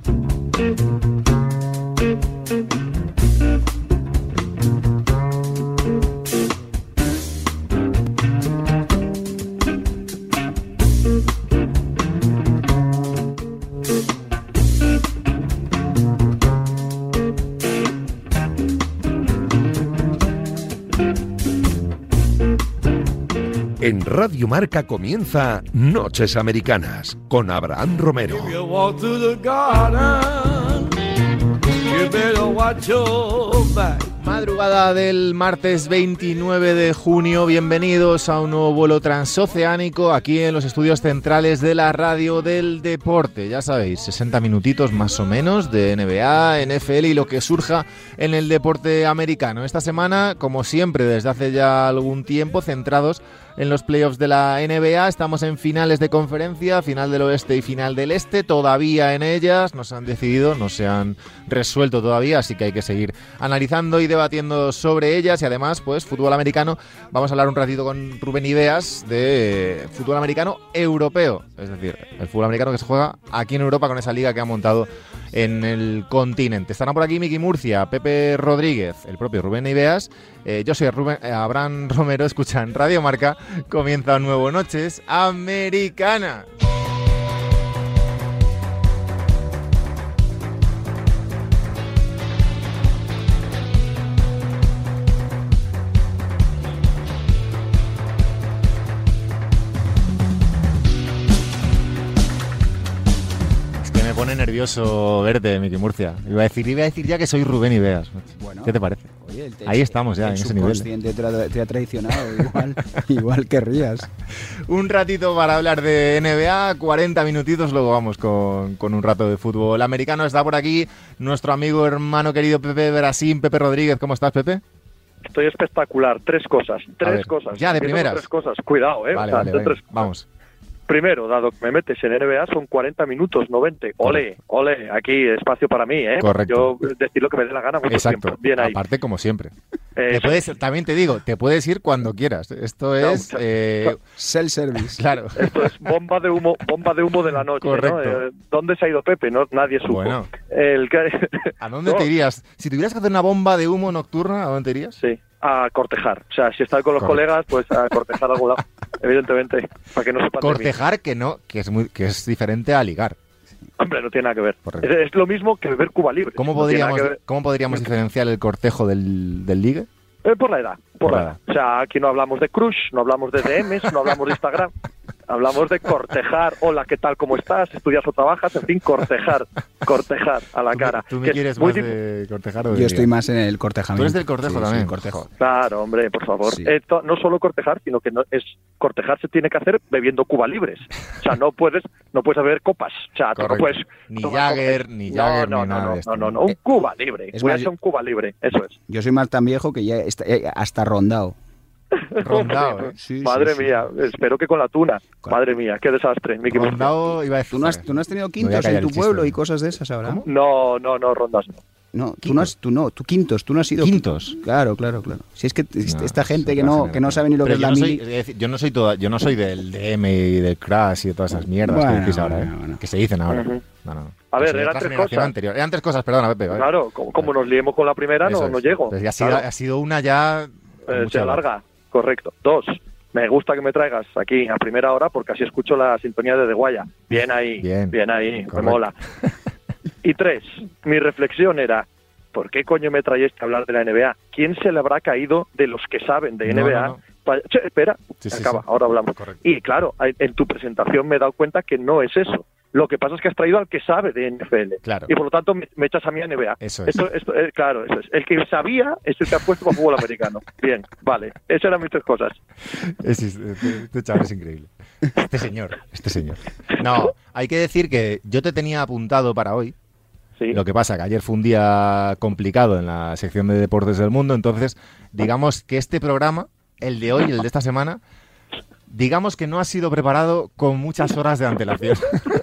En Radio Marca comienza Noches Americanas con Abraham Romero. Madrugada del martes 29 de junio, bienvenidos a un nuevo vuelo transoceánico aquí en los estudios centrales de la Radio del Deporte. Ya sabéis, 60 minutitos más o menos de NBA, NFL y lo que surja en el deporte americano. Esta semana, como siempre, desde hace ya algún tiempo, centrados en los playoffs de la NBA. Estamos en finales de conferencia, final del oeste y final del este, todavía en ellas, no se han decidido, no se han resuelto todavía, así que hay que seguir analizando y debatiendo sobre ellas. Y además, pues, fútbol americano, vamos a hablar un ratito con Rubén Ideas de fútbol americano europeo, es decir, el fútbol americano que se juega aquí en Europa con esa liga que ha montado en el continente. Estarán por aquí Miki Murcia, Pepe Rodríguez, el propio Rubén Ideas. Yo soy Abraham Romero, escuchan Radio Marca, comienza un nuevo Noches Americana. Me pone nervioso verte, Miki Murcia. Iba a decir ya que soy Rubén Ideas. Bueno, ¿qué te parece? Oye, ahí estamos ya, en ese nivel. El subconsciente te ha traicionado, igual querrías. Un ratito para hablar de NBA, 40 minutitos, luego vamos con un rato de fútbol americano. Está por aquí nuestro amigo, hermano querido Pepe Brasín, Pepe Rodríguez. ¿Cómo estás, Pepe? Estoy espectacular. Tres cosas. Ya, de primeras. Tres cosas. Cuidado, Vale, vamos. Primero, dado que me metes en NBA, son 40 minutos, no 20. Ole, aquí espacio para mí, ¿eh? Correcto. Yo decir lo que me dé la gana mucho Exacto. tiempo. Bien ahí. Aparte, como siempre. También te digo, te puedes ir cuando quieras. Esto es... self-service. Claro. Esto es bomba de humo de la noche. Correcto. ¿No? ¿Dónde se ha ido Pepe? No, nadie supo. Bueno. ¿A dónde te irías? Si tuvieras que hacer una bomba de humo nocturna, ¿a dónde te irías? Sí. A cortejar. O sea, si estás con los colegas, pues a cortejar a algún lado, evidentemente, para que no sepan cortejar que es diferente a ligar. Hombre, no tiene nada que ver. Es lo mismo que beber Cuba Libre. ¿Cómo podríamos diferenciar el cortejo del ligue? Por la edad. O sea, aquí no hablamos de crush, no hablamos de DMs, no hablamos de Instagram. Hablamos de cortejar. Hola, ¿qué tal? ¿Cómo estás? ¿Estudias o trabajas? En fin, cortejar a la cara. ¿Tú me quieres más de cortejar o de Yo estoy más en el cortejamiento. ¿Tú eres del cortejo también? Sí, cortejo. Claro, hombre, por favor. Sí. No solo cortejar, sino que cortejar se tiene que hacer bebiendo Cuba Libres. O sea, no puedes beber copas. O sea, tú no puedes... Ni Jagger, ni nada de esto. No. Un Cuba Libre. Un Cuba Libre, eso es. Yo soy más tan viejo que ya está hasta rondado. Rondado, ¿eh? Sí, Madre mía, espero que con la tuna. Madre mía, qué desastre. Rondado iba a decir. ¿Tú no has tenido quintos en tu pueblo y cosas de esas ahora? No, rondas no. No, tú quintos, tú no has sido... ¿Quintos? Claro. Si es que esta gente que no sabe ni lo que es la mili... Yo no soy del DM y del Crash y de todas esas mierdas que decís ahora, que se dicen ahora. Uh-huh. No. A ver, eran tres cosas. Eran tres cosas, perdona, Pepe. ¿vale? Claro, como nos liemos con la primera, no llego. Pues ha sido una ya... se alarga, correcto. 2. Me gusta que me traigas aquí a primera hora porque así escucho la sintonía de The Guaya. Bien ahí, correcto. Me mola. Y 3, mi reflexión era, ¿por qué coño me traes a hablar de la NBA? ¿Quién se le habrá caído de los que saben de NBA? No. Espera, acaba. Ahora hablamos. Correcto. Y claro, en tu presentación me he dado cuenta que no es eso. Lo que pasa es que has traído al que sabe de NFL. Claro. Y por lo tanto me echas a mí a NBA. Eso es. Claro, eso es. El que sabía es el que ha puesto para fútbol americano. Bien, vale. Esas eran mis tres cosas. Este chaval es increíble. Este señor. No, hay que decir que yo te tenía apuntado para hoy. Sí. Lo que pasa que ayer fue un día complicado en la sección de deportes del mundo, entonces digamos que este programa, el de hoy, el de esta semana, digamos que no ha sido preparado con muchas horas de antelación.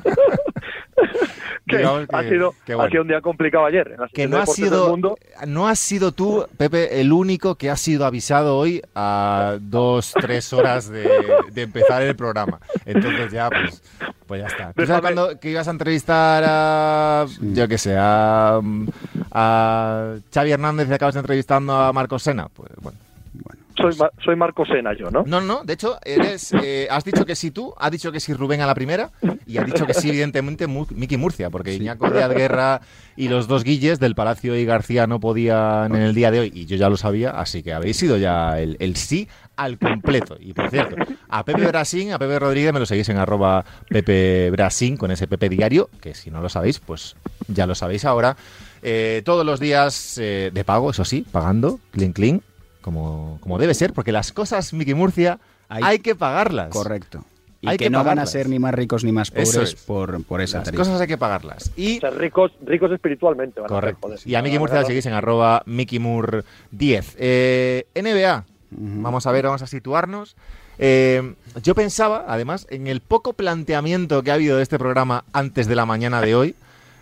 Ha sido un día complicado ayer. Que no has sido tú, Pepe, el único que ha sido avisado hoy a 2-3 horas de empezar el programa. Entonces ya, Pues ya está. ¿Tú sabes cuando que ibas a entrevistar a, yo qué sé, a Xavi Hernández y acabas entrevistando a Marcos Sena? Pues bueno. Soy Marco Sena yo, ¿no? No, de hecho, has dicho que sí tú, has dicho que sí Rubén a la primera y has dicho que sí, evidentemente, Miki Murcia, porque Iñaco Díaz Guerra y los dos Guilles del Palacio y García no podían en el día de hoy, y yo ya lo sabía, así que habéis sido ya el sí al completo. Y por cierto, a Pepe Brasín, a Pepe Rodríguez me lo seguís en @Pepe Brasín con ese Pepe diario, que si no lo sabéis, pues ya lo sabéis ahora. Todos los días de pago, eso sí, pagando, clean. Como debe ser, porque las cosas, Miki Murcia, hay que pagarlas. Correcto. Y hay que no van a ser ni más ricos ni más pobres por esa tarifa. Las cosas hay que pagarlas. Y, o sea, ricos espiritualmente. Correcto. A ser, y a Miki Murcia le seguís en @MikiMur10. NBA. Vamos a situarnos. Yo pensaba, además, en el poco planteamiento que ha habido de este programa antes de la mañana de hoy.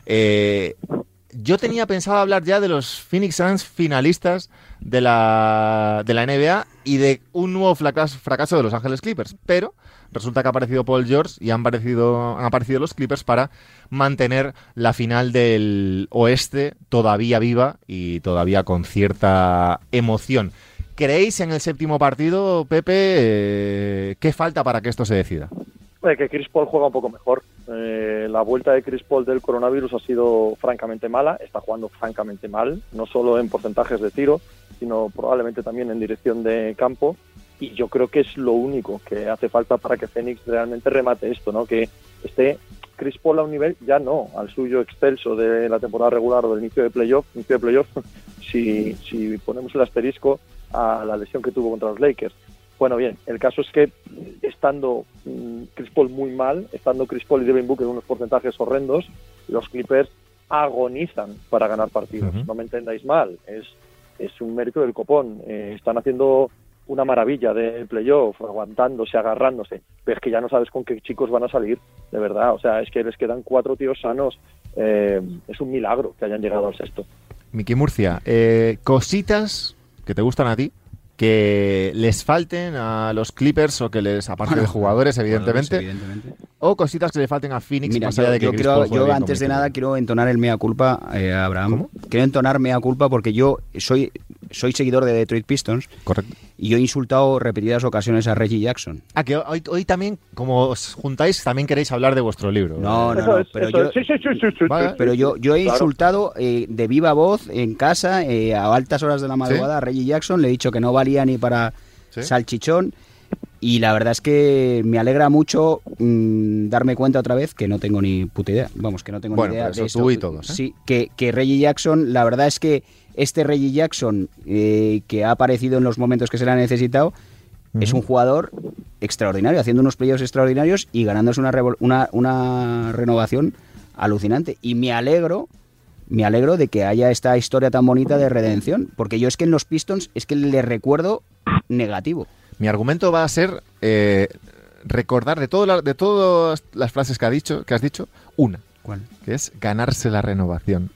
Yo tenía pensado hablar ya de los Phoenix Suns finalistas de la NBA y de un nuevo fracaso de Los Ángeles Clippers, pero resulta que ha aparecido Paul George y han aparecido los Clippers para mantener la final del oeste todavía viva y todavía con cierta emoción. ¿Creéis en el séptimo partido, Pepe? ¿Qué falta para que esto se decida? Que Chris Paul juega un poco mejor. La vuelta de Chris Paul del coronavirus ha sido francamente mala, está jugando francamente mal, no solo en porcentajes de tiro, sino probablemente también en dirección de campo, y yo creo que es lo único que hace falta para que Phoenix realmente remate esto, ¿no? Que esté Chris Paul a un nivel ya no al suyo excelso de la temporada regular o del inicio de playoff, si ponemos el asterisco a la lesión que tuvo contra los Lakers. Bueno, bien, el caso es que estando Chris Paul muy mal, estando Chris Paul y Devin Booker en unos porcentajes horrendos, los Clippers agonizan para ganar partidos. No me entendáis mal, es un mérito del copón. Están haciendo una maravilla de playoff, aguantándose, agarrándose, pero es que ya no sabes con qué chicos van a salir, de verdad. O sea, es que les quedan 4 tíos sanos. Es un milagro que hayan llegado al sexto. Miki Murcia, cositas que te gustan a ti, que les falten a los Clippers o que les, aparte de jugadores, evidentemente, o cositas que le falten a Phoenix. Mira, más allá de que yo antes de nada quiero entonar el mea culpa, Abraham. ¿Cómo? Quiero entonar mea culpa porque yo soy seguidor de Detroit Pistons. Correcto. Y yo he insultado repetidas ocasiones a Reggie Jackson. Ah, que hoy también, como os juntáis, también queréis hablar de vuestro libro. No, pero yo he insultado de viva voz en casa a altas horas de la madrugada a Reggie Jackson. Le he dicho que no valía ni para salchichón. Y la verdad es que me alegra mucho darme cuenta otra vez que no tengo ni puta idea. Vamos, que no tengo ni idea eso de esto. Tú y todos, Sí, que Reggie Jackson, la verdad es que este Reggie Jackson que ha aparecido en los momentos que se le ha necesitado, es un jugador extraordinario, haciendo unos playoffs extraordinarios y ganándose una renovación alucinante. Y me alegro de que haya esta historia tan bonita de redención, porque yo es que en los Pistons es que le recuerdo negativo. Mi argumento va a ser recordar de todas las frases que has dicho, una. ¿Cuál? Que es ganarse la renovación.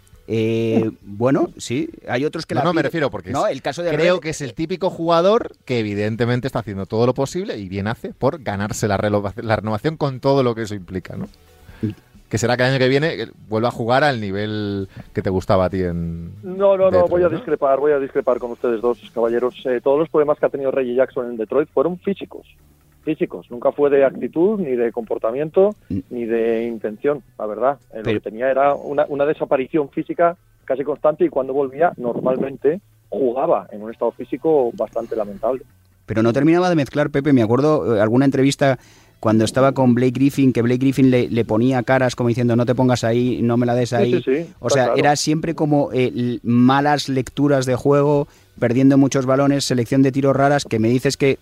Bueno, sí, hay otros que me refiero porque el caso de creo que es el típico jugador que evidentemente está haciendo todo lo posible y bien hace por ganarse la renovación con todo lo que eso implica, ¿no? Que será que el año que viene vuelva a jugar al nivel que te gustaba a ti en... No, Detroit, voy a discrepar con ustedes dos, caballeros. Todos los problemas que ha tenido Reggie Jackson en Detroit fueron físicos. Nunca fue de actitud, ni de comportamiento, ni de intención, la verdad. Lo que tenía era una desaparición física casi constante, y cuando volvía, normalmente jugaba en un estado físico bastante lamentable. Pero no terminaba de mezclar, Pepe. Me acuerdo alguna entrevista cuando estaba con Blake Griffin, que Blake Griffin le ponía caras como diciendo no te pongas ahí, no me la des ahí. Sí, o sea, claro. Era siempre como malas lecturas de juego, perdiendo muchos balones, selección de tiros raras, que me dices que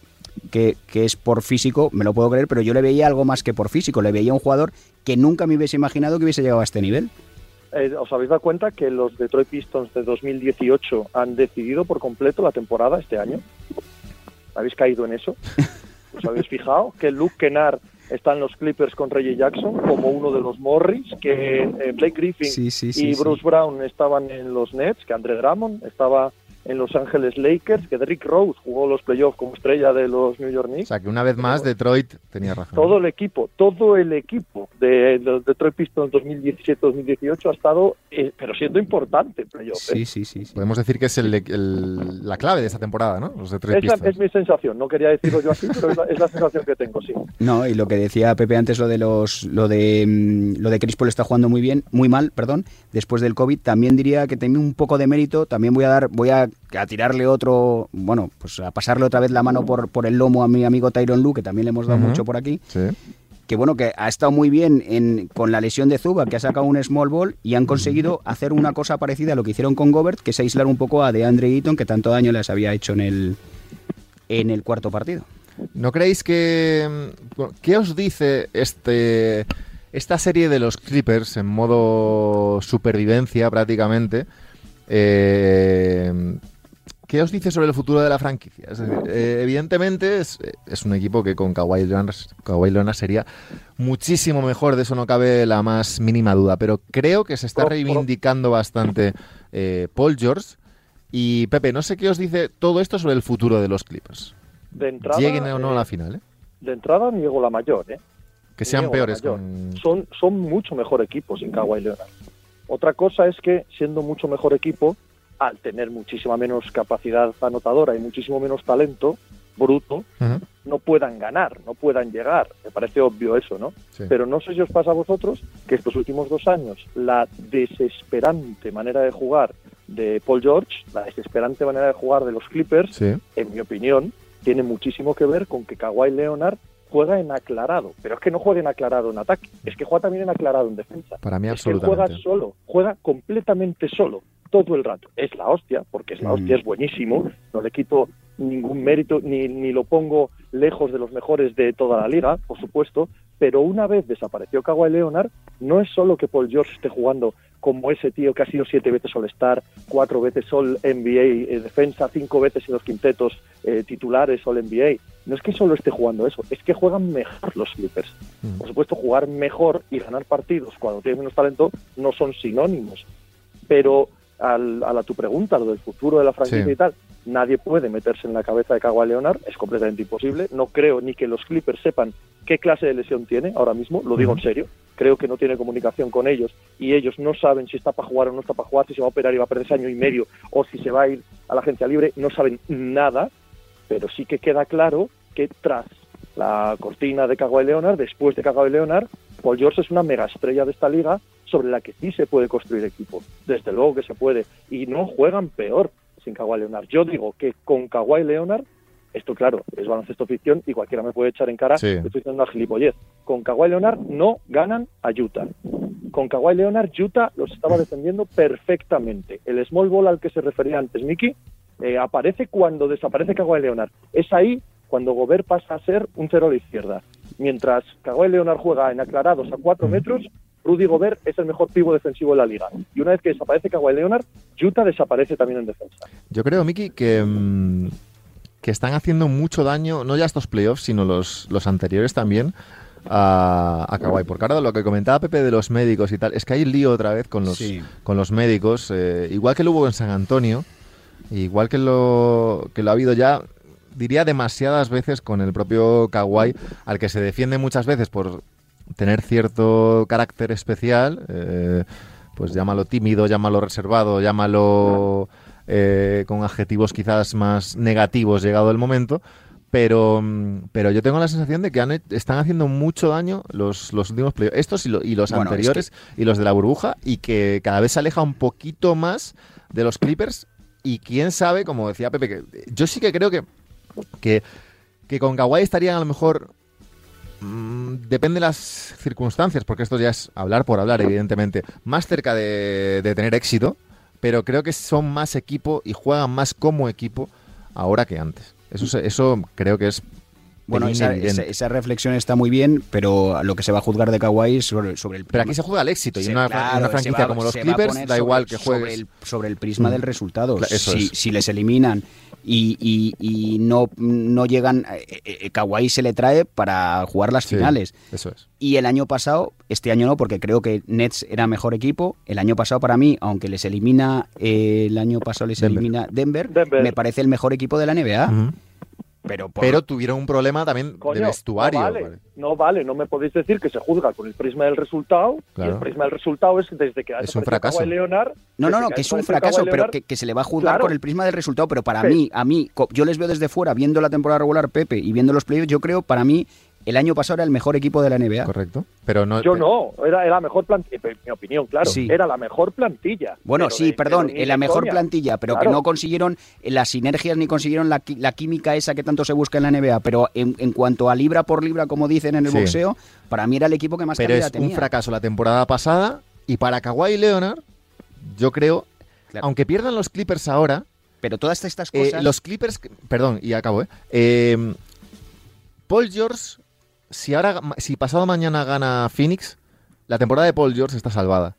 es por físico, me lo puedo creer, pero yo le veía algo más que por físico. Le veía un jugador que nunca me hubiese imaginado que hubiese llegado a este nivel. ¿Os habéis dado cuenta que los Detroit Pistons de 2018 han decidido por completo la temporada este año? ¿Habéis caído en eso? ¿Os habéis fijado que Luke Kennard está en los Clippers con Reggie Jackson como uno de los Morris, que Blake Griffin y Bruce Brown estaban en los Nets, que Andre Drummond estaba en Los Ángeles Lakers, que Derrick Rose jugó los playoffs como estrella de los New York Knicks. O sea, que una vez más Detroit tenía razón. Todo el equipo de los Detroit Pistons 2017-2018 ha estado, pero siendo importante en playoffs. Sí. Podemos decir que es la clave de esta temporada, ¿no? Los Detroit Pistons. Es mi sensación, no quería decirlo yo así, pero es la sensación que tengo, sí. No, y lo que decía Pepe antes, lo de Chris Paul está jugando muy mal, después del COVID, también diría que tiene un poco de mérito. También voy a tirarle otro, pues a pasarle otra vez la mano por el lomo a mi amigo Tyronn Lue, que también le hemos dado mucho por aquí. Sí. Que ha estado muy bien con la lesión de Zubac, que ha sacado un small ball y han conseguido hacer una cosa parecida a lo que hicieron con Gobert, que es aislar un poco a DeAndre Ayton, que tanto daño les había hecho en el cuarto partido. ¿No creéis que... ¿Qué os dice esta serie de los Clippers en modo supervivencia prácticamente? ¿Qué os dice sobre el futuro de la franquicia? Es decir, evidentemente es un equipo que con Kawhi Leonard sería muchísimo mejor, de eso no cabe la más mínima duda, pero creo que se está reivindicando bastante Paul George. Y Pepe, no sé qué os dice todo esto sobre el futuro de los Clippers. De entrada, lleguen o no a la final, ¿eh? De entrada niego la mayor, ¿eh? Que sean peores. Son mucho mejor equipo sin Kawhi Leonard. Otra cosa es que, siendo mucho mejor equipo, al tener muchísima menos capacidad anotadora y muchísimo menos talento bruto, no puedan ganar, no puedan llegar. Me parece obvio eso, ¿no? Sí. Pero no sé si os pasa a vosotros que estos últimos 2 años la desesperante manera de jugar de Paul George, la desesperante manera de jugar de los Clippers, sí, en mi opinión, tiene muchísimo que ver con que Kawhi Leonard juega en aclarado, pero es que no juega en aclarado en ataque, es que juega también en aclarado en defensa. Para mí es absolutamente. Que juega solo, juega completamente solo, todo el rato. Es la hostia, porque es la hostia, es buenísimo, no le quito ningún mérito, ni lo pongo lejos de los mejores de toda la liga, por supuesto, pero una vez desapareció Kawhi Leonard, no es solo que Paul George esté jugando como ese tío que ha sido 7 veces All-Star, 4 veces All-NBA defensa, 5 veces en los quintetos titulares All-NBA. No es que solo esté jugando eso, es que juegan mejor los Clippers. Por supuesto, jugar mejor y ganar partidos cuando tienes menos talento no son sinónimos. Pero a tu pregunta, lo del futuro de la franquicia y tal, nadie puede meterse en la cabeza de Kawhi Leonard, es completamente imposible. No creo ni que los Clippers sepan qué clase de lesión tiene ahora mismo, lo digo en serio. Creo que no tiene comunicación con ellos y ellos no saben si está para jugar o no está para jugar, si se va a operar y va a perder ese año y medio o si se va a ir a la agencia libre, no saben nada, pero sí que queda claro que tras la cortina de Kawhi Leonard, después de Kawhi Leonard, Paul George es una megaestrella de esta liga sobre la que sí se puede construir equipo, desde luego que se puede, y no juegan peor sin Kawhi Leonard. Yo digo que con Kawhi Leonard, esto claro, es baloncesto ficción y cualquiera me puede echar en cara, estoy diciendo una gilipollez. Con Kawhi Leonard no ganan a Utah. Con Kawhi Leonard, Utah los estaba defendiendo perfectamente. El small ball al que se refería antes Miki aparece cuando desaparece Kawhi Leonard. Es ahí cuando Gobert pasa a ser un cero a la izquierda. Mientras Kawhi Leonard juega en aclarados a 4 metros, Rudy Gobert es el mejor pivo defensivo de la liga. Y una vez que desaparece Kawhi Leonard, Utah desaparece también en defensa. Yo creo, Miki, que están haciendo mucho daño, no ya estos playoffs, sino los anteriores también, a Kawhi. Porque ahora lo que comentaba Pepe de los médicos y tal, es que hay lío otra vez con los médicos, igual que lo hubo en San Antonio, igual que lo ha habido ya, diría demasiadas veces con el propio Kawhi, al que se defiende muchas veces por tener cierto carácter especial, pues llámalo tímido, llámalo reservado, llámalo con adjetivos quizás más negativos llegado el momento, pero yo tengo la sensación de que están haciendo mucho daño los últimos playoffs, estos y los anteriores y los de la burbuja, y que cada vez se aleja un poquito más de los Clippers. Y quién sabe, como decía Pepe, que yo sí que creo que con Kawhi estarían a lo mejor, depende de las circunstancias, porque esto ya es hablar por hablar, evidentemente, más cerca de tener éxito, pero creo que son más equipo y juegan más como equipo ahora que antes. Eso creo que es Bueno, evidente. esa reflexión está muy bien, pero lo que se va a juzgar de Kawhi es sobre el... Pero aquí se juega el éxito, y una franquicia como los se va a Clippers poner da igual que juegues. sobre el prisma del resultado. Eso es. Si les eliminan y no llegan, Kawhi se le trae para jugar las finales. Eso es. Y el año pasado, este año no, porque creo que Nets era mejor equipo. El año pasado para mí, aunque les elimina elimina Denver, me parece el mejor equipo de la NBA. Uh-huh. Pero tuvieron un problema también de vestuario. No me podéis decir que se juzga con el prisma del resultado. Claro. Y el prisma del resultado es desde que es un fracaso. Kawhi Leonard. No, que es un fracaso, pero que se le va a juzgar con el prisma del resultado. Pero para mí, yo les veo desde fuera, viendo la temporada regular, Pepe, y viendo los playoffs, yo creo, para mí, el año pasado era el mejor equipo de la NBA. Correcto. Pero no. Era la mejor plantilla, en mi opinión, claro. Sí. Era la mejor plantilla. Bueno, sí, perdón, la mejor plantilla, pero claro, que no consiguieron las sinergias ni consiguieron la química esa que tanto se busca en la NBA. Pero en cuanto a libra por libra, como dicen en el boxeo, para mí era el equipo que más calidad tenía. Pero es un fracaso la temporada pasada, y para Kawhi Leonard, yo creo, aunque pierdan los Clippers ahora. Pero todas estas cosas. Los Clippers. Perdón, y acabo, Paul George. Si pasado mañana gana Phoenix, la temporada de Paul George está salvada.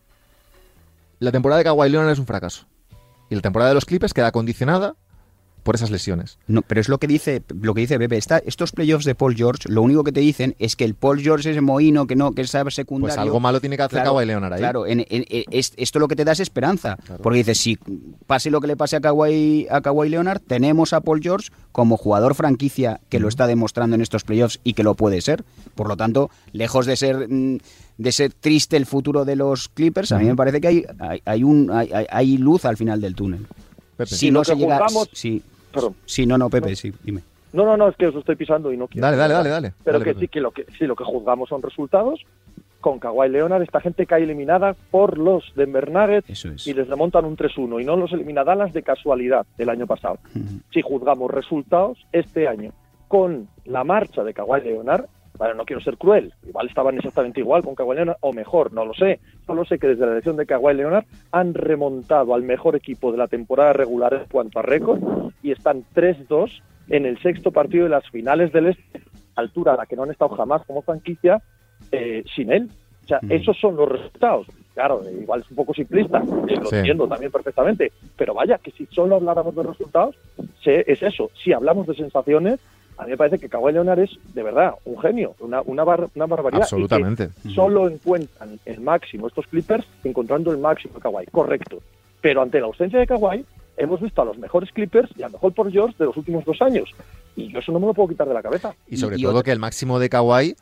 La temporada de Kawhi Leonard es un fracaso. Y la temporada de los Clippers queda condicionada por esas lesiones. No, pero es lo que dice Pepe. Estos playoffs de Paul George, lo único que te dicen es que el Paul George es mohino, que es secundario. Pues algo malo tiene que hacer Kawhi Leonard ahí. Claro, esto lo que te da es esperanza. Claro. Porque dices, si pase lo que le pase a Kawhi Leonard, tenemos a Paul George como jugador franquicia que lo está demostrando en estos playoffs y que lo puede ser. Por lo tanto, lejos de ser triste el futuro de los Clippers, a mí me parece que hay luz al final del túnel. Pepe. Si no se llega... Perdón. Sí, no, Pepe, sí, dime. No, es que os estoy pisando y no quiero. Dale. Pero dale, que lo que juzgamos son resultados. Con Kawhi Leonard, esta gente cae eliminada por los Denver Nuggets y les remontan un 3-1 y no los elimina Dallas de casualidad del año pasado. Si juzgamos resultados, este año, con la marcha de Kawhi Leonard, bueno, no quiero ser cruel, igual estaban exactamente igual con Kawhi Leonard, o mejor, no lo sé. Solo sé que desde la elección de Kawhi Leonard han remontado al mejor equipo de la temporada regular en cuanto a récord y están 3-2 en el sexto partido de las finales del Este, altura a la que no han estado jamás como franquicia sin él. O sea, esos son los resultados. Claro, igual es un poco simplista, lo entiendo también perfectamente, pero vaya, que si solo habláramos de resultados, es eso. Si hablamos de sensaciones, a mí me parece que Kawhi Leonard es, de verdad, un genio, una barbaridad. Absolutamente. Y que solo encuentran el máximo estos Clippers encontrando el máximo de Kawhi, correcto. Pero ante la ausencia de Kawhi, hemos visto a los mejores Clippers y al mejor Paul George de los últimos 2 años. Y yo eso no me lo puedo quitar de la cabeza. Y sobre todo que el máximo de Kawhi,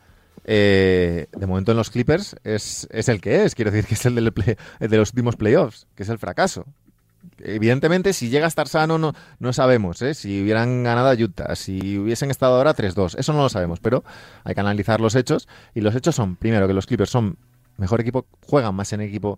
de momento en los Clippers, es el que es. Quiero decir que es el de los últimos playoffs, que es el fracaso. Evidentemente, si llega a estar sano, no sabemos, si hubieran ganado a Utah, si hubiesen estado ahora 3-2, eso no lo sabemos, pero hay que analizar los hechos, y los hechos son, primero, que los Clippers son mejor equipo, juegan más en equipo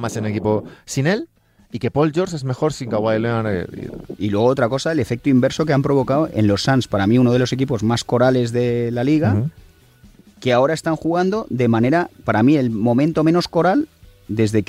sin él, y que Paul George es mejor sin Kawhi Leonard. Y luego otra cosa, el efecto inverso que han provocado en los Suns, para mí uno de los equipos más corales de la liga, que ahora están jugando de manera, para mí, el momento menos coral desde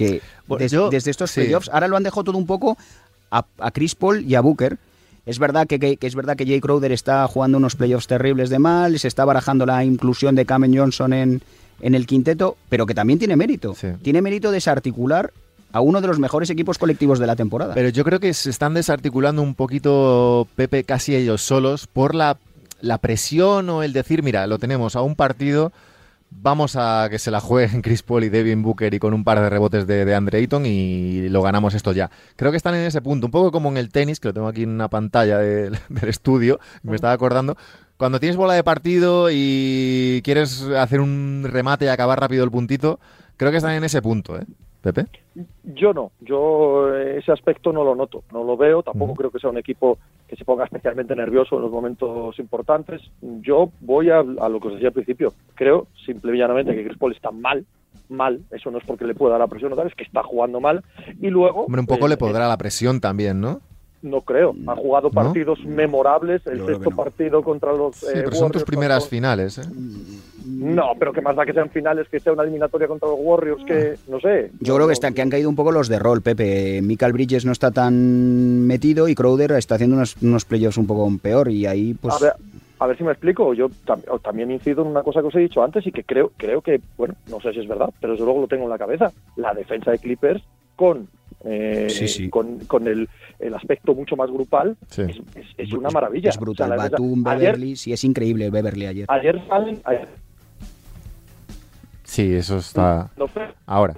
estos playoffs. Ahora lo han dejado todo un poco a Chris Paul y a Booker. Es verdad que Jay Crowder está jugando unos playoffs terribles de mal, se está barajando la inclusión de Cameron Johnson en el quinteto, pero que también tiene mérito. Sí. Tiene mérito desarticular a uno de los mejores equipos colectivos de la temporada. Pero yo creo que se están desarticulando un poquito, Pepe, casi ellos solos, por la presión o el decir, mira, lo tenemos a un partido, vamos a que se la jueguen Chris Paul y Devin Booker y con un par de rebotes de Andre Ayton y lo ganamos esto ya. Creo que están en ese punto, un poco como en el tenis, que lo tengo aquí en una pantalla del estudio, me estaba acordando. Cuando tienes bola de partido y quieres hacer un remate y acabar rápido el puntito, creo que están en ese punto, Pepe. Yo ese aspecto no lo noto, no lo veo, tampoco creo que sea un equipo que se ponga especialmente nervioso en los momentos importantes. Yo voy a lo que os decía al principio, creo simple y llanamente que Chris Paul está mal, eso no es porque le pueda dar la presión o tal, es que está jugando mal, y luego... Hombre, un poco le podrá la presión también, ¿no? No creo, ha jugado partidos memorables, el sexto partido contra los pero son tus primeras finales, No, pero que más da que sean finales, que sea una eliminatoria contra los Warriors, que no sé. Yo creo que han caído un poco los de rol, Pepe. Michael Bridges no está tan metido y Crowder está haciendo unos playoffs un poco peor y ahí pues... A ver si me explico. Yo también incido en una cosa que os he dicho antes y que creo que, bueno, no sé si es verdad, pero desde luego lo tengo en la cabeza. La defensa de Clippers con el aspecto mucho más grupal es una maravilla. Es brutal. O sea, Batum, Beverly, sí, es increíble el Beverly ayer. Ayer salen... Sí, eso está... Ahora.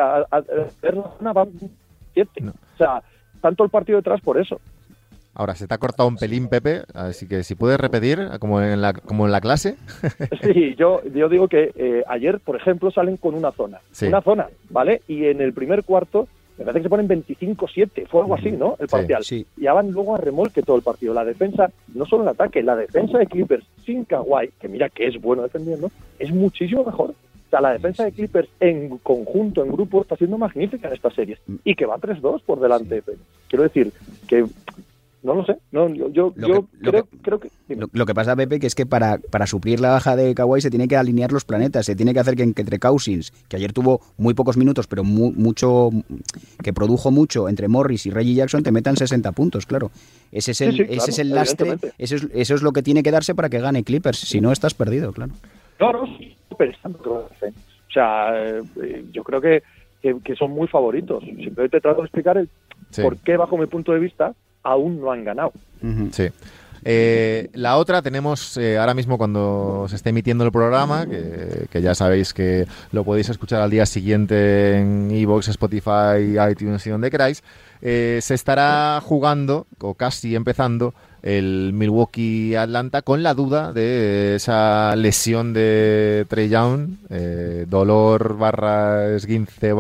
No. O sea, tanto el partido detrás por eso. Ahora, se te ha cortado un pelín, Pepe, así que si puedes repetir, como en la clase. Sí, yo digo que ayer, por ejemplo, salen con una zona, ¿vale? Y en el primer cuarto, me parece que se ponen 25-7, fue algo así, ¿no? El parcial. Sí. Y ya van luego a remolque todo el partido. La defensa, no solo el ataque, la defensa de Clippers sin Kawhi, que mira que es bueno defendiendo, es muchísimo mejor. O sea, la defensa de Clippers en conjunto, en grupo, está siendo magnífica en estas series. Y que va 3-2 por delante. Sí. Quiero decir que... No lo sé. No, yo creo que... Lo que pasa, Pepe, que es que para suplir la baja de Kawhi se tiene que alinear los planetas. Se tiene que hacer que entre Cousins, que ayer tuvo muy pocos minutos, pero mucho, que produjo mucho, entre Morris y Reggie Jackson, te metan 60 puntos, claro. Ese es el lastre, eso es lo que tiene que darse para que gane Clippers. Si no, estás perdido, claro. No, sí, pero están todos. O sea, yo creo que son muy favoritos. Simplemente trato de explicar por qué, bajo mi punto de vista, aún no han ganado. Sí. La otra tenemos ahora mismo cuando se esté emitiendo el programa, que ya sabéis que lo podéis escuchar al día siguiente en iVoox, Spotify, iTunes y donde queráis. Se estará jugando, o casi empezando, el Milwaukee-Atlanta con la duda de esa lesión de Trae Young, dolor / esguince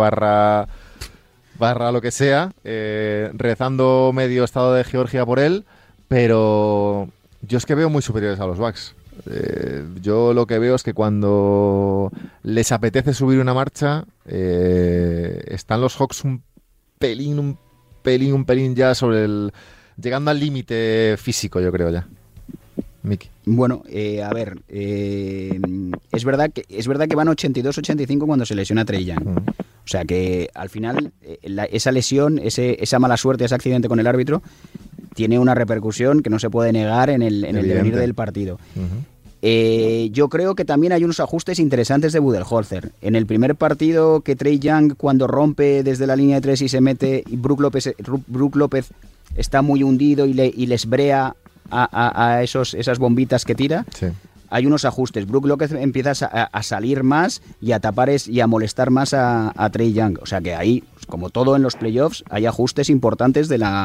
/ lo que sea, rezando medio estado de Georgia por él, pero yo es que veo muy superiores a los Bucks. Yo lo que veo es que cuando les apetece subir una marcha, están los Hawks un pelín ya sobre llegando al límite físico, yo creo ya. Miki. Bueno, a ver, es verdad que van 82-85 cuando se lesiona Trae Young. O sea que al final esa lesión, esa mala suerte, ese accidente con el árbitro tiene una repercusión que no se puede negar en el devenir del partido. Yo creo que también hay unos ajustes interesantes de Budenholzer. En el primer partido que Trae Young, cuando rompe desde la línea de 3 y se mete, y Brook López está muy hundido y les brea a esas bombitas que tira. Sí. Hay unos ajustes. Brook López empieza a salir más y a tapar y a molestar más a Trae Young. O sea que ahí, como todo en los playoffs, hay ajustes importantes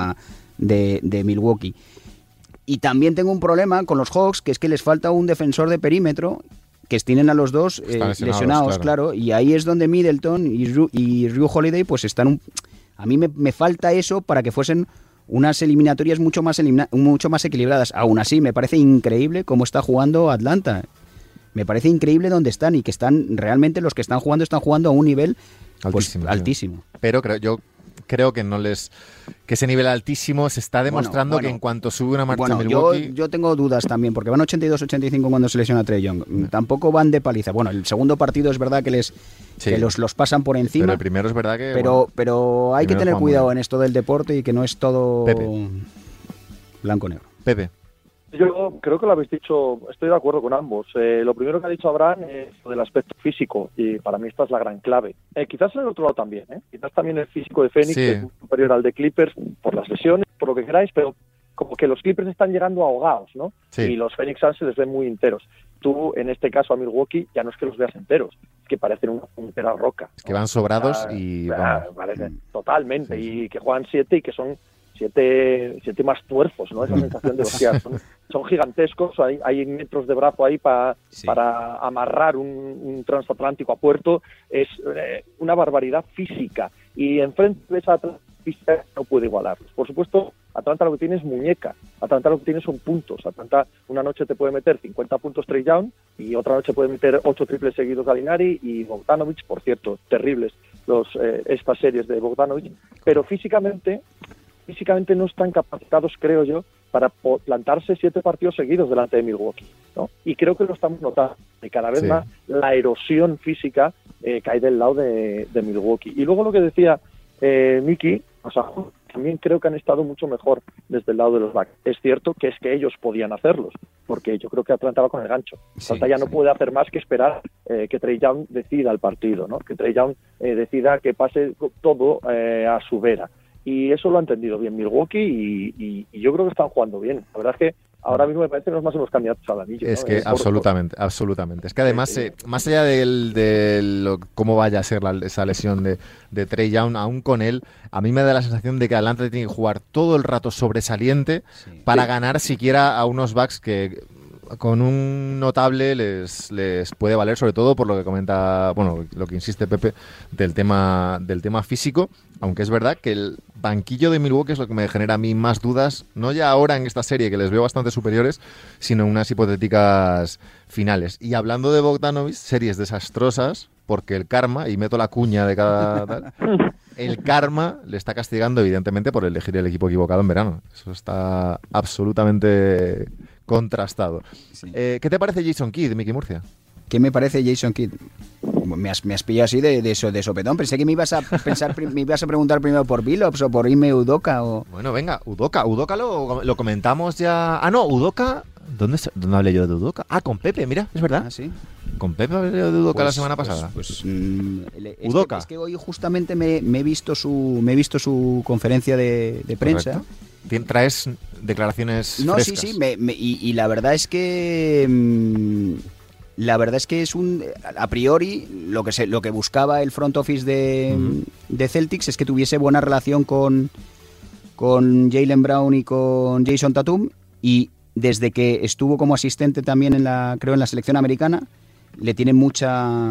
de Milwaukee. Y también tengo un problema con los Hawks, que es que les falta un defensor de perímetro, que tienen a los dos lesionados, claro. Y ahí es donde Middleton y Jrue Holiday pues están... A mí me falta eso para que fuesen unas eliminatorias mucho más equilibradas. Aún así, me parece increíble cómo está jugando Atlanta. Me parece increíble dónde están y que realmente los que están jugando a un nivel altísimo. Pero yo creo que que ese nivel altísimo se está demostrando que en cuanto sube una marcha Milwaukee... Yo tengo dudas también, porque van 82-85 cuando se lesiona Trae Young. Tampoco van de paliza. Bueno, el segundo partido es verdad que los pasan por encima. Pero el primero es verdad que... Pero hay que tener cuidado en esto del deporte y que no es todo blanco-negro. Pepe. Yo creo que lo habéis dicho, estoy de acuerdo con ambos. Lo primero que ha dicho Abraham es lo del aspecto físico, y para mí esta es la gran clave. Quizás en el otro lado también, quizás también el físico de Phoenix es muy superior al de Clippers por las lesiones, por lo que queráis, pero como que los Clippers están llegando ahogados, ¿no? Sí. Y los Phoenix Suns se les ven muy enteros. Tú, en este caso, a Milwaukee, ya no es que los veas enteros, es que parecen una puntera roca, ¿no? Es que van sobrados parecen totalmente, y que juegan 7 y que son siete más tuerfos, ¿no? Esa sensación de hostia, son gigantescos, hay metros de brazo ahí para amarrar un transatlántico a puerto, es una barbaridad física, y enfrente de esa pista no puede igualarlos. Por supuesto, Atlanta lo que tiene es muñeca, Atlanta lo que tiene son puntos. Atlanta una noche te puede meter 50 puntos Trae Young y otra noche puede meter 8 triples seguidos Gallinari y Bogdanovic, por cierto, terribles estas series de Bogdanovic, pero físicamente no están capacitados, creo yo, para plantarse 7 partidos seguidos delante de Milwaukee, ¿no? Y creo que lo estamos notando, y cada vez más la erosión física cae del lado de Milwaukee. Y luego lo que decía Miki, o sea, también creo que han estado mucho mejor desde el lado de los Bucks. Es cierto que es que ellos podían hacerlos, porque yo creo que Atlanta va con el gancho. Atlanta ya no puede hacer más que esperar que Trae Young decida el partido, ¿no? Que Trae Young decida que pase todo a su vera. Y eso lo ha entendido bien Milwaukee y yo creo que están jugando bien. La verdad es que ahora mismo me parece que no es más unos candidatos al anillo. Es ¿no? que absolutamente. Es que además, más allá de cómo vaya a ser esa lesión de Trae Young, aún con él, a mí me da la sensación de que Atlanta tiene que jugar todo el rato sobresaliente para ganar siquiera a unos Bucks que con un notable les puede valer, sobre todo por lo que comenta, bueno, lo que insiste Pepe del tema físico, aunque es verdad que el banquillo de Milwaukee es lo que me genera a mí más dudas, no ya ahora en esta serie que les veo bastante superiores, sino en unas hipotéticas finales. Y hablando de Bogdanović, series desastrosas, porque el karma, y meto la cuña de cada tal, el karma le está castigando evidentemente por elegir el equipo equivocado en verano. Eso está absolutamente contrastado. Sí. ¿Qué te parece Jason Kidd, Miki Murcia? ¿Qué me parece Jason Kidd? Me has pillado así de sopetón. Pensé que me ibas a preguntar primero por Billups o por Ime Udoka. Bueno, venga, Udoka lo comentamos ya. Ah, no, Udoka. ¿Dónde hablé yo de Udoka? Ah, con Pepe, mira, es verdad. ¿Ah, sí? Con Pepe hablé de Udoka la semana pasada. Udoka. Es que hoy justamente me he visto su conferencia de prensa. Correcto. ¿Traes declaraciones frescas? Sí, y la verdad es que es a priori lo que buscaba el front office de Celtics es que tuviese buena relación con Jaylen Brown y con Jason Tatum, y desde que estuvo como asistente también en la selección americana le tienen mucho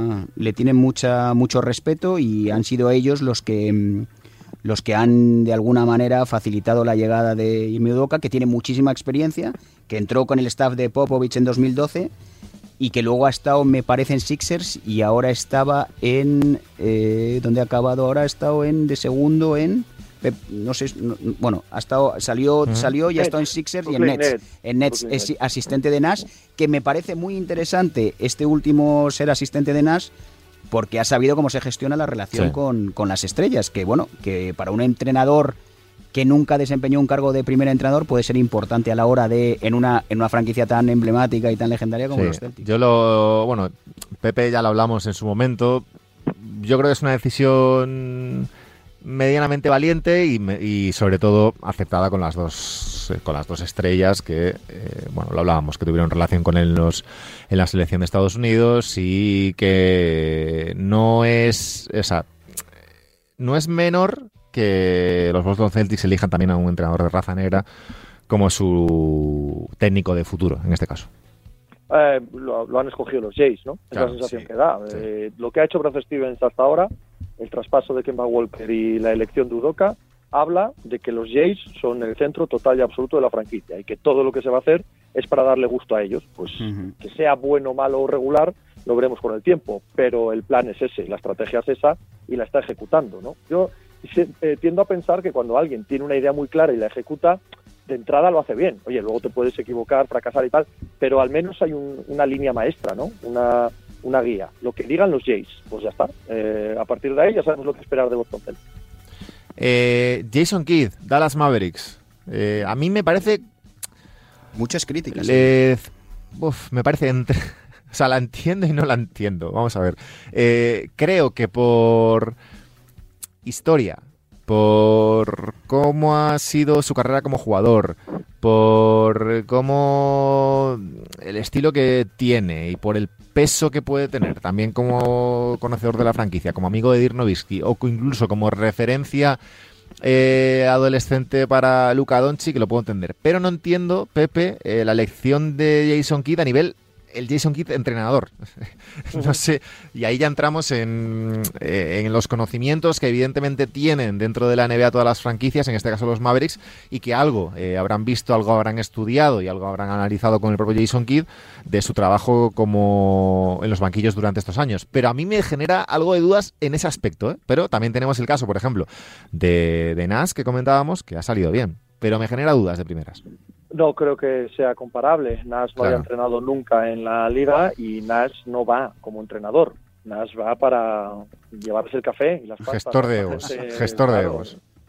respeto, y han sido ellos los que han de alguna manera facilitado la llegada de Ime Udoka, que tiene muchísima experiencia, que entró con el staff de Popovich en 2012 y que luego ha estado, me parece, en Sixers, y ahora estaba en ¿dónde ha acabado? Ahora ha estado de segundo en no sé, bueno, salió y ha estado en Sixers y en Nets. En Nets es asistente de Nash, que me parece muy interesante este último ser asistente de Nash, porque ha sabido cómo se gestiona la relación con las estrellas, que bueno, que para un entrenador que nunca desempeñó un cargo de primer entrenador puede ser importante a la hora de, en una franquicia tan emblemática y tan legendaria como los Celtics. Pepe ya lo hablamos en su momento, yo creo que es una decisión medianamente valiente y sobre todo aceptada con las dos estrellas que lo hablábamos, que tuvieron relación con él en la selección de Estados Unidos, y que no es menor que los Boston Celtics elijan también a un entrenador de raza negra como su técnico de futuro en este caso. Lo han escogido los Jays, ¿no? Claro, es la sensación que da. Lo que ha hecho Brad Stevens hasta ahora, el traspaso de Kemba Walker y la elección de Udoka, habla de que los Jays son el centro total y absoluto de la franquicia, y que todo lo que se va a hacer es para darle gusto a ellos. Pues que sea bueno, malo o regular, lo veremos con el tiempo, pero el plan es ese, la estrategia es esa y la está ejecutando, ¿no? Yo tiendo a pensar que cuando alguien tiene una idea muy clara y la ejecuta, de entrada lo hace bien. Oye, luego te puedes equivocar, fracasar y tal, pero al menos hay una línea maestra, ¿no? Una guía. Lo que digan los Jays, pues ya está. A partir de ahí ya sabemos lo que esperar de Boston Celtics. Jason Kidd, Dallas Mavericks. A mí me parece... Muchas críticas. Me parece o sea, la entiendo y no la entiendo. Vamos a ver. Creo que por historia, por cómo ha sido su carrera como jugador, por cómo el estilo que tiene y por el peso que puede tener también como conocedor de la franquicia, como amigo de Dirk Nowitzki o incluso como referencia adolescente para Luka Doncic, que lo puedo entender, pero no entiendo, Pepe, la elección de Jason Kidd a nivel el Jason Kidd entrenador. No sé, y ahí ya entramos en los conocimientos que evidentemente tienen dentro de la NBA todas las franquicias, en este caso los Mavericks, y que algo habrán visto, algo habrán estudiado y algo habrán analizado con el propio Jason Kidd de su trabajo como en los banquillos durante estos años. Pero a mí me genera algo de dudas en ese aspecto, ¿eh? Pero también tenemos el caso, por ejemplo, de Nash, que comentábamos, que ha salido bien, pero me genera dudas de primeras. No creo que sea comparable. Nash no había entrenado nunca en la liga y Nash no va como entrenador. Nash va para llevarse el café y las pastas. Gestor de egos.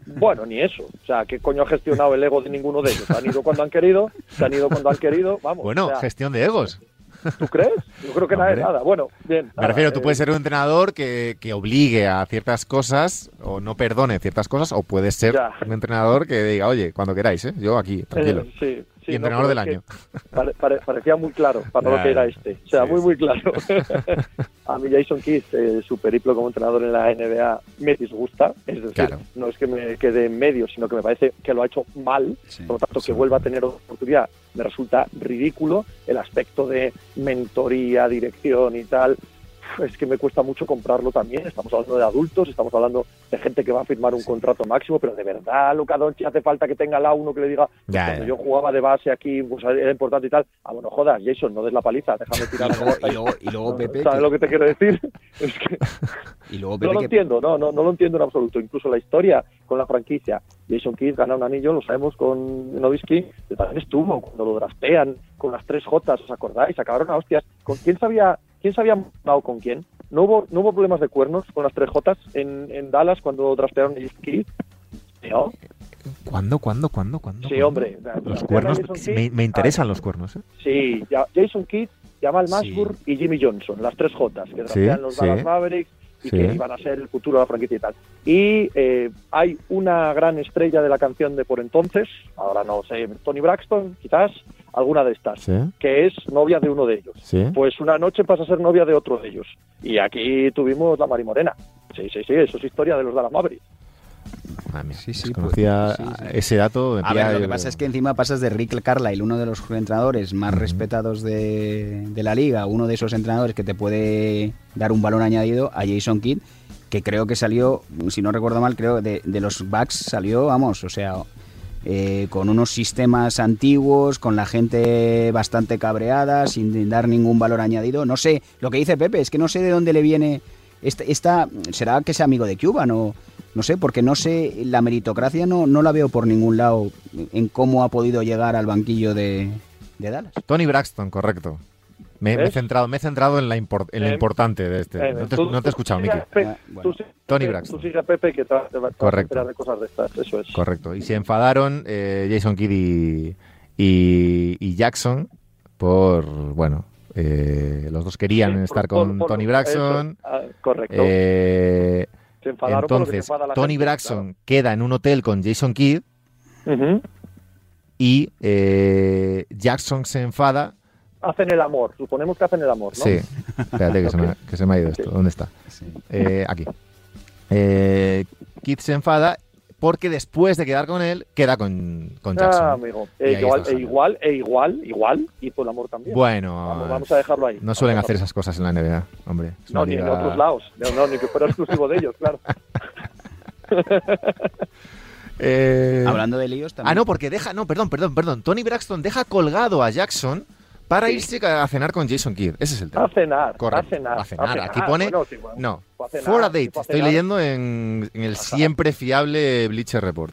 Bueno, ni eso. O sea, ¿qué coño ha gestionado el ego de ninguno de ellos? Han ido cuando han querido, se han ido cuando han querido, vamos. Bueno, o sea, gestión de egos. ¿tú crees? Yo creo que nada es nada. Bueno, bien. Me refiero, tú puedes ser un entrenador que obligue a ciertas cosas o no perdone ciertas cosas, o puedes ser un entrenador que diga, oye, cuando queráis, yo aquí, tranquilo. Sí. Y entrenador del año. Parecía muy claro para lo que era este. O sea, muy claro. A mí Jason Kidd, su periplo como entrenador en la NBA, me disgusta. Es decir, no es que me quede en medio, sino que me parece que lo ha hecho mal. Por lo tanto, que vuelva a tener oportunidad me resulta ridículo. El aspecto de mentoría, dirección y tal, es que me cuesta mucho comprarlo también. Estamos hablando de adultos, estamos hablando de gente que va a firmar un contrato máximo, pero de verdad, Luka Doncic hace falta que tenga la uno que le diga, cuando yo jugaba de base aquí, pues era importante y tal. Bueno, jodas, Jason, no des la paliza, déjame tirar. Y luego Pepe... ¿Sabes lo que te quiero decir? Es que y luego Pepe, no lo entiendo, no lo entiendo en absoluto. Incluso la historia con la franquicia. Jason Kidd gana un anillo, lo sabemos, con Nowitzki, que también estuvo cuando lo draftean con las 3 Jotas, ¿os acordáis? Acabaron a hostias. ¿Con quién se había mandado con quién? ¿No hubo problemas de cuernos con las 3 Jotas en Dallas cuando draftearon a Jason Kidd? ¿No? ¿Cuándo? Sí, hombre. Los cuernos, me interesan los cuernos, ¿eh? Sí, Jason Kidd, Jamal Mashburn y Jimmy Johnson, las 3 Jotas, que draftean los Dallas Mavericks y que iban a ser el futuro de la franquicia y tal. Y hay una gran estrella de la canción de por entonces, ahora no sé, Toni Braxton, quizás, alguna de estas, que es novia de uno de ellos. Pues una noche pasa a ser novia de otro de ellos. Y aquí tuvimos la Mari Morena. Sí, eso es historia de los Dallas Mavericks. Conocía ese dato. A ver, lo que pasa es que encima pasas de Rick Carlisle, uno de los entrenadores más respetados de la liga, uno de esos entrenadores que te puede dar un valor añadido, a Jason Kidd, que creo que salió, si no recuerdo mal, creo de los Bucks salió, con unos sistemas antiguos, con la gente bastante cabreada, sin dar ningún valor añadido. No sé, lo que dice Pepe, es que no sé de dónde le viene esta ¿será que es amigo de Cuban o...? No sé, porque no sé, la meritocracia no la veo por ningún lado en cómo ha podido llegar al banquillo de Dallas. Toni Braxton, correcto. Me he centrado en lo importante de este. No te he escuchado, Miki. Toni Braxton. Tú sigue a Pepe que te va a enterar de cosas de estas, eso es. Correcto. Y se enfadaron Jason Kidd y Jackson por, los dos querían estar con Toni Braxton. Correcto. Entonces, Toni Braxton queda en un hotel con Jason Kidd y Jackson se enfada. Hacen el amor, suponemos que hacen el amor, ¿no? Sí, espérate que se me ha ido esto. ¿Dónde está? Sí. Aquí. Kidd se enfada porque después de quedar con él, queda con Jackson. Amigo. Igual hizo el amor también. Bueno, vamos a dejarlo ahí. No suelen hacer esas cosas en la NBA, hombre. No, ni en otros lados. No, ni que fuera exclusivo de ellos, claro. Hablando de líos también. Porque perdón. Toni Braxton deja colgado a Jackson para irse a cenar con Jason Kidd. Ese es el tema. A cenar. Correcto. A cenar. Aquí pone... For a date. Estoy leyendo en el siempre fiable Bleacher Report.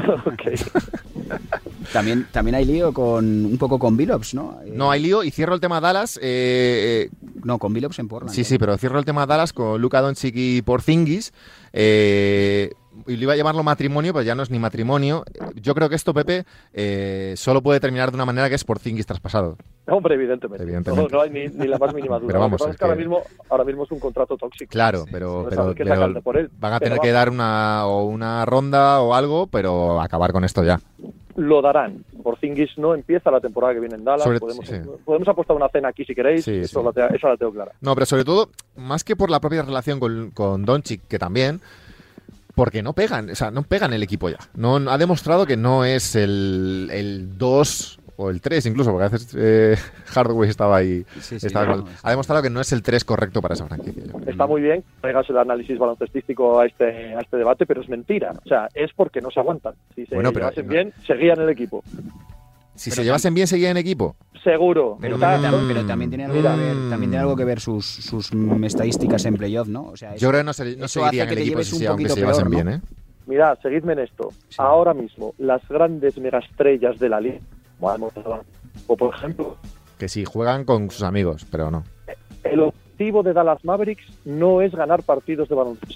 También hay lío un poco con Billups, ¿no? No, hay lío y cierro el tema Dallas. No, con Billups en Portland. Sí, pero cierro el tema Dallas con Luka Doncic y Porzingis. Y le iba a llamarlo matrimonio, pero ya no es ni matrimonio. Yo creo que esto, Pepe, solo puede terminar de una manera que es Porzingis traspasado. Hombre, evidentemente. No hay ni la más mínima duda. Pero vamos, es que ahora mismo es un contrato tóxico. Claro, pero van a tener que dar una ronda o algo, pero acabar con esto ya. Lo Porzingis no empieza la temporada que viene en Dallas. Podemos apostar una cena aquí si queréis. Esa la tengo clara. No, pero sobre todo, más que por la propia relación con Doncic, que también... Porque no pegan el equipo ya. No ha demostrado que no es el 2 o el 3 incluso, porque a veces Hardaway estaba ahí. Ha demostrado que no es el 3 correcto para esa franquicia. Está muy bien, traigas el análisis baloncestístico a este debate, pero es mentira. O sea, es porque no se aguantan. Si se llevasen bien, seguían el equipo. Si se llevasen bien, seguían en equipo. Seguro. Pero también tiene algo que ver sus estadísticas en playoff, ¿no? O sea, yo creo que no seguirían el equipo aunque se llevasen bien, ¿eh? Mirad, seguidme en esto. Sí. Ahora mismo, las grandes megaestrellas de la liga, o por ejemplo... Que sí, juegan con sus amigos, pero no. El objetivo de Dallas Mavericks no es ganar partidos de baloncesto.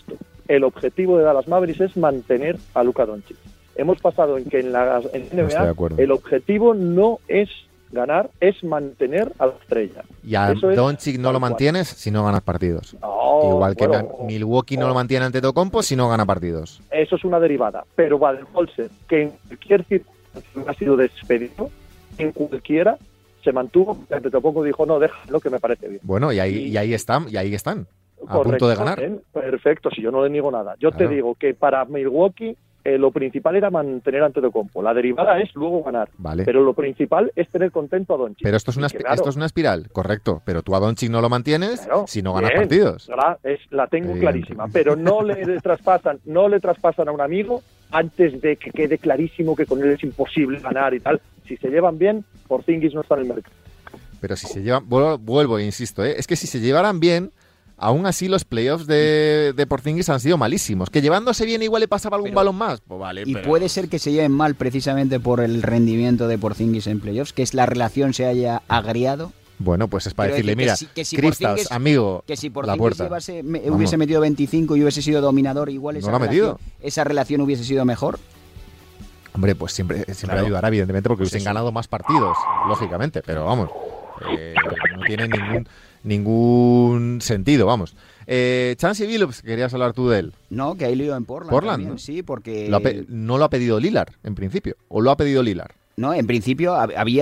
el objetivo de Dallas Mavericks es mantener a Luka Doncic. Hemos pasado en que en NBA el objetivo no es ganar, es mantener a la estrella. Y a Doncic no lo mantienes si no ganas partidos. No, igual que Milwaukee no lo mantiene ante Antetokounmpo si no gana partidos. Eso es una derivada. Pero Budenholzer, que en cualquier circunstancia ha sido despedido, en cualquiera se mantuvo. Antetokounmpo dijo, no, déjalo que me parece bien. Bueno, y ahí están. A punto de ganar. Perfecto, si yo no le niego nada. Yo te digo que para Milwaukee lo principal era mantener a Antetokounmpo. La derivada es luego ganar. Vale. Pero lo principal es tener contento a Doncic. Pero esto es una espiral, correcto. Pero tú a Doncic no lo mantienes si no ganas partidos. La tengo clarísima. Pero no le traspasan a un amigo antes de que quede clarísimo que con él es imposible ganar y tal. Si se llevan bien, Porzingis no está en el mercado. Pero si se llevan, vuelvo e insisto, es que si se llevaran bien, aún así los playoffs de Porzingis han sido malísimos. Que llevándose bien igual le pasaba algún balón más. Pues vale, y puede ser que se lleven mal precisamente por el rendimiento de Porzingis en playoffs, que es la relación se haya agriado. Bueno, pues es para decirle, mira, Kristaps, amigo, que si la puerta. Hubiese metido 25 y hubiese sido dominador, igual esa relación hubiese sido mejor. Hombre, pues siempre ayudará, evidentemente, porque hubiesen ganado más partidos, lógicamente, pero vamos, no tiene ningún sentido, vamos. Chauncey Billups, ¿querías hablar tú de él? No, que hay lío en Portland. También, ¿no? Sí, porque... no lo ha pedido Lillard, en principio, o lo ha pedido Lillard. No, en principio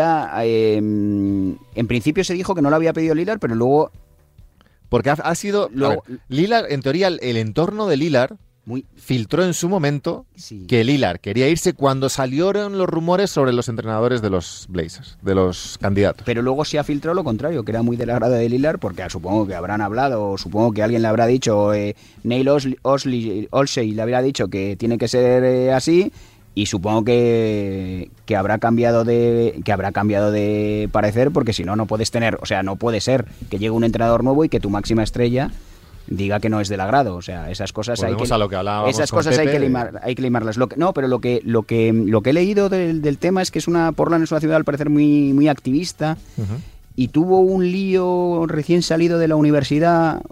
en principio se dijo que no lo había pedido Lillard, pero luego... Porque ha sido... Lillard, en teoría, el entorno de Lillard filtró en su momento que Lillard quería irse cuando salieron los rumores sobre los entrenadores de los Blazers, de los candidatos. Pero luego se ha filtrado lo contrario, que era muy del agrado de Lillard, porque supongo que habrán hablado, o supongo que alguien le habrá dicho, Neil Olshey le habrá dicho que tiene que ser así, y supongo que habrá cambiado de parecer, porque si no, no puedes tener, o sea, no puede ser que llegue un entrenador nuevo y que tu máxima estrella diga que no es del agrado. O sea, esas cosas hay que limarlas. Pero lo que he leído del tema es que Portland es una ciudad al parecer muy, muy activista. Uh-huh. Y tuvo un lío recién salido de la universidad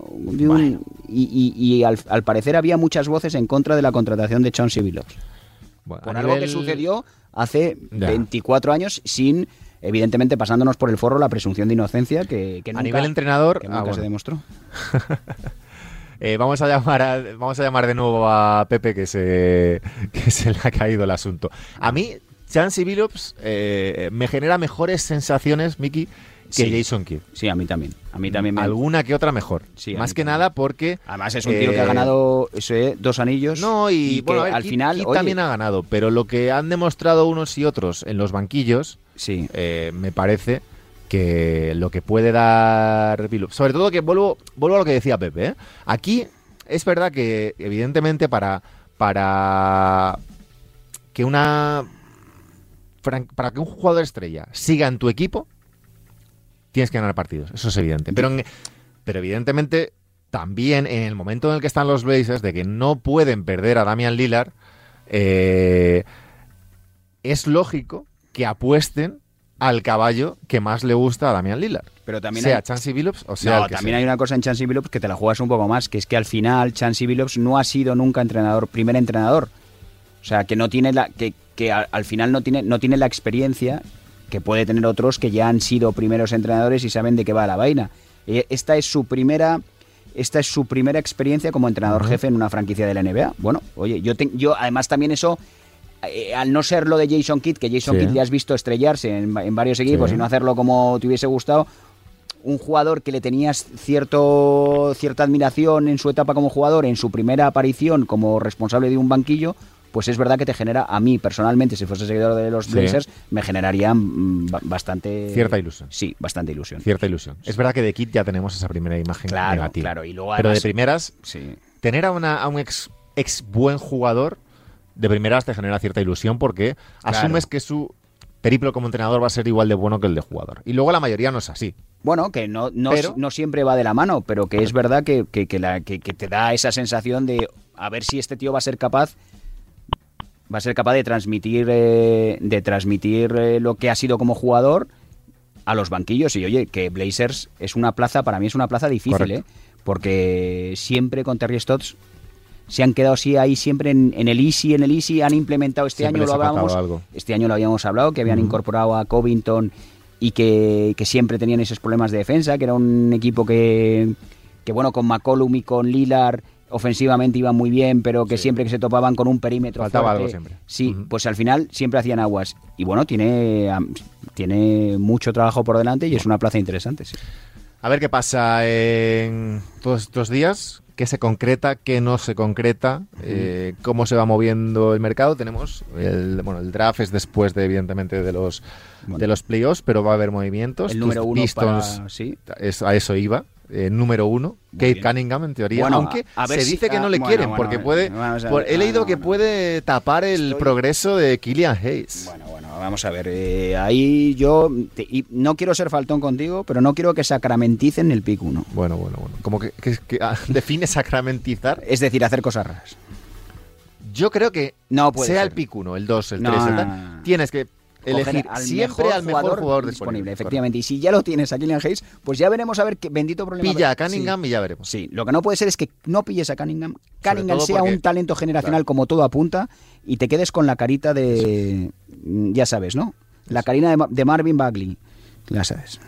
y al parecer había muchas voces en contra de la contratación de Chauncey Billups. Por algo que sucedió hace 24 años sin, evidentemente, pasándonos por el forro la presunción de inocencia que nunca, a nivel entrenador, nunca se demostró. Vamos a llamar de nuevo a Pepe, que se le ha caído el asunto. A mí, Chauncey Billups me genera mejores sensaciones, Miki, que Jason Kidd. Sí, a mí también. Alguna que otra mejor. Sí, más que nada porque... Además es un tío que ha ganado 2 anillos. No, y bueno, al final... Kidd también ha ganado, pero lo que han demostrado unos y otros en los banquillos, me parece que lo que puede dar Billups, sobre todo que vuelvo a lo que decía Pepe, aquí es verdad que evidentemente para que un jugador estrella siga en tu equipo tienes que ganar partidos, eso es evidente, pero evidentemente también en el momento en el que están los Blazers, de que no pueden perder a Damian Lillard, es lógico que apuesten al caballo que más le gusta a Damian Lillard. Pero también sea Chauncey Billups o sea también hay una cosa en Chauncey Billups que te la juegas un poco más, que es que al final Chauncey Billups no ha sido nunca primer entrenador. O sea, que no tiene que al final no tiene la experiencia que puede tener otros que ya han sido primeros entrenadores y saben de qué va la vaina. Esta es su primera experiencia como entrenador jefe en una franquicia de la NBA. Bueno, oye, yo además también eso, al no ser lo de Jason Kidd, que Jason Kidd ya has visto estrellarse en varios equipos y no hacerlo como te hubiese gustado, un jugador que le tenías cierta admiración en su etapa como jugador, en su primera aparición como responsable de un banquillo, pues es verdad que te genera, a mí personalmente, si fuese seguidor de los Blazers, me generaría bastante... Cierta ilusión. Sí, bastante ilusión. Cierta ilusión. Es verdad que de Kidd ya tenemos esa primera imagen negativa. Claro, y luego pero de primeras, tener a un ex buen jugador, de primeras te genera cierta ilusión porque asumes que su periplo como entrenador va a ser igual de bueno que el de jugador. Y luego la mayoría no es así. Bueno, que no siempre va de la mano, pero que es verdad que te da esa sensación de a ver si este tío va a ser capaz de transmitir lo que ha sido como jugador a los banquillos. Y oye, que Blazers para mí es una plaza difícil, porque siempre con Terry Stotts se han quedado así ahí siempre en el easy, han implementado Siempre año, lo hablábamos, este año lo habíamos hablado, que habían incorporado a Covington y que siempre tenían esos problemas de defensa, que era un equipo que bueno, con McCollum y con Lillard ofensivamente iban muy bien, pero que siempre que se topaban con un perímetro faltaba fuerte, algo siempre. Sí, pues al final siempre hacían aguas. Y bueno, tiene mucho trabajo por delante y es una plaza interesante. Sí. A ver qué pasa en todos estos días, qué se concreta, qué no se concreta, cómo se va moviendo el mercado. Tenemos el draft es después evidentemente de los playoffs, pero va a haber movimientos. El número uno Pistons, a eso iba. Número 1, Kate Cunningham en teoría, bueno, aunque se dice que no le quieren porque puede. He leído que puede tapar el progreso de Killian Hayes. Bueno, vamos a ver. Ahí yo no quiero ser faltón contigo, pero no quiero que sacramenticen el pick 1. Bueno. Como que define sacramentizar. Es decir, hacer cosas raras. Yo creo que no puede sea ser. El pick 1, el 2, el 3, tienes que elegir siempre al mejor jugador disponible. Efectivamente. Y si ya lo tienes a Killian Hayes, pues ya veremos a ver qué bendito problema. Pilla a Cunningham y ya veremos. Sí, lo que no puede ser es que no pilles a Cunningham. Cunningham sea un talento generacional como todo apunta y te quedes con la carita de... Ya sabes, ¿no? La carita de Marvin Bagley. Ya sabes.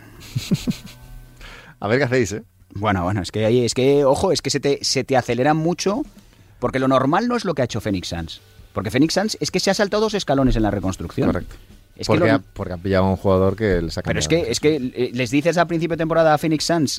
A ver qué hacéis, ¿eh? Bueno, ojo, es que se te aceleran mucho porque lo normal no es lo que ha hecho Phoenix Suns. Porque Phoenix Suns es que se ha saltado 2 escalones en la reconstrucción. Correcto. Porque han pillado a un jugador que les ha cambiado. Pero es que les dices a principio de temporada a Phoenix Suns,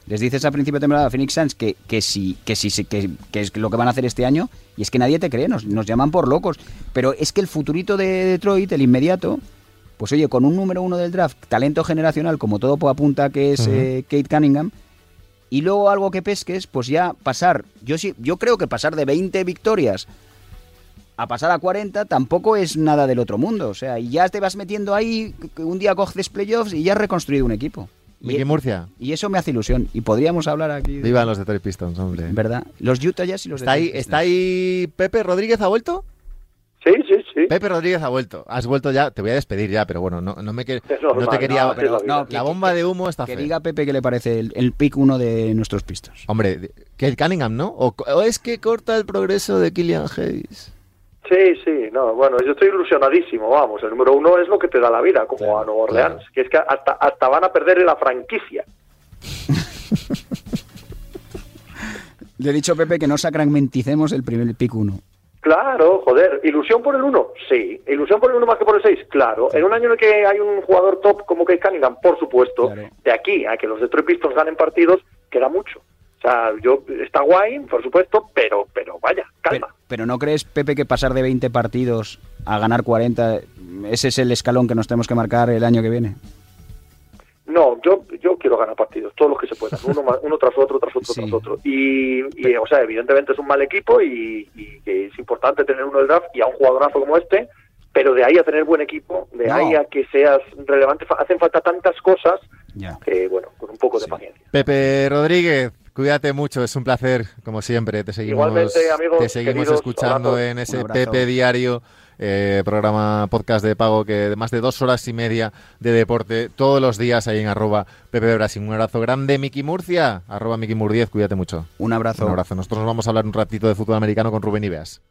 que es lo que van a hacer este año, y es que nadie te cree, nos llaman por locos. Pero es que el futurito de Detroit, el inmediato, pues oye, con un número 1 del draft, talento generacional, como todo apunta que es Kate Cunningham, y luego algo que pesques, pues ya pasar, yo creo que pasar de 20 victorias a pasar a 40 tampoco es nada del otro mundo. O sea, y ya te vas metiendo ahí, un día coges playoffs y ya has reconstruido un equipo. Miki Murcia. Y eso me hace ilusión. Y podríamos hablar aquí... Vivan los Detroit Pistons, hombre. ¿Verdad? Los Utah Jazz y los Detroit Pistons. ¿Está ahí Pepe Rodríguez? ¿Ha vuelto? Sí. Pepe Rodríguez ha vuelto. Has vuelto ya. Te voy a despedir ya, pero bueno, no te quería... la bomba de humo está fea. Que diga Pepe qué le parece el pick 1 de nuestros Pistons. Hombre, que el Cunningham, ¿no? O es que corta el progreso de Killian Hayes. Sí, no, bueno, yo estoy ilusionadísimo, vamos, el número 1 es lo que te da la vida, como a Nueva Orleans, claro. Que es que hasta van a perder en la franquicia. Le he dicho a Pepe que no sacramenticemos el primer pick 1. Claro, joder, ¿ilusión por el 1? Sí. ¿Ilusión por el 1 más que por el 6? Claro. Sí. En un año en el que hay un jugador top como Kate Cunningham, por supuesto, claro. De aquí a que los Detroit Pistons ganen partidos, queda mucho. O sea, está guay, por supuesto, pero vaya, calma. Pero ¿no crees, Pepe, que pasar de 20 partidos a ganar 40, ese es el escalón que nos tenemos que marcar el año que viene? No, yo quiero ganar partidos, todos los que se puedan, uno tras otro. Y, o sea, evidentemente es un mal equipo y que es importante tener uno del draft y a un jugadorazo como este, pero de ahí a tener buen equipo, ahí a que seas relevante, hacen falta tantas cosas que, bueno, con un poco de paciencia. Pepe Rodríguez, cuídate mucho, es un placer, como siempre. Te seguimos, igualmente, amigos, te seguimos escuchando abrazos. En ese Pepe Diario, podcast de pago que de más de 2 horas y media de deporte todos los días ahí en @PepeBrasil. Un abrazo grande, Miki Murcia, @MikiMur10, cuídate mucho. Un abrazo. Nosotros nos vamos a hablar un ratito de fútbol americano con Rubén Ibeas.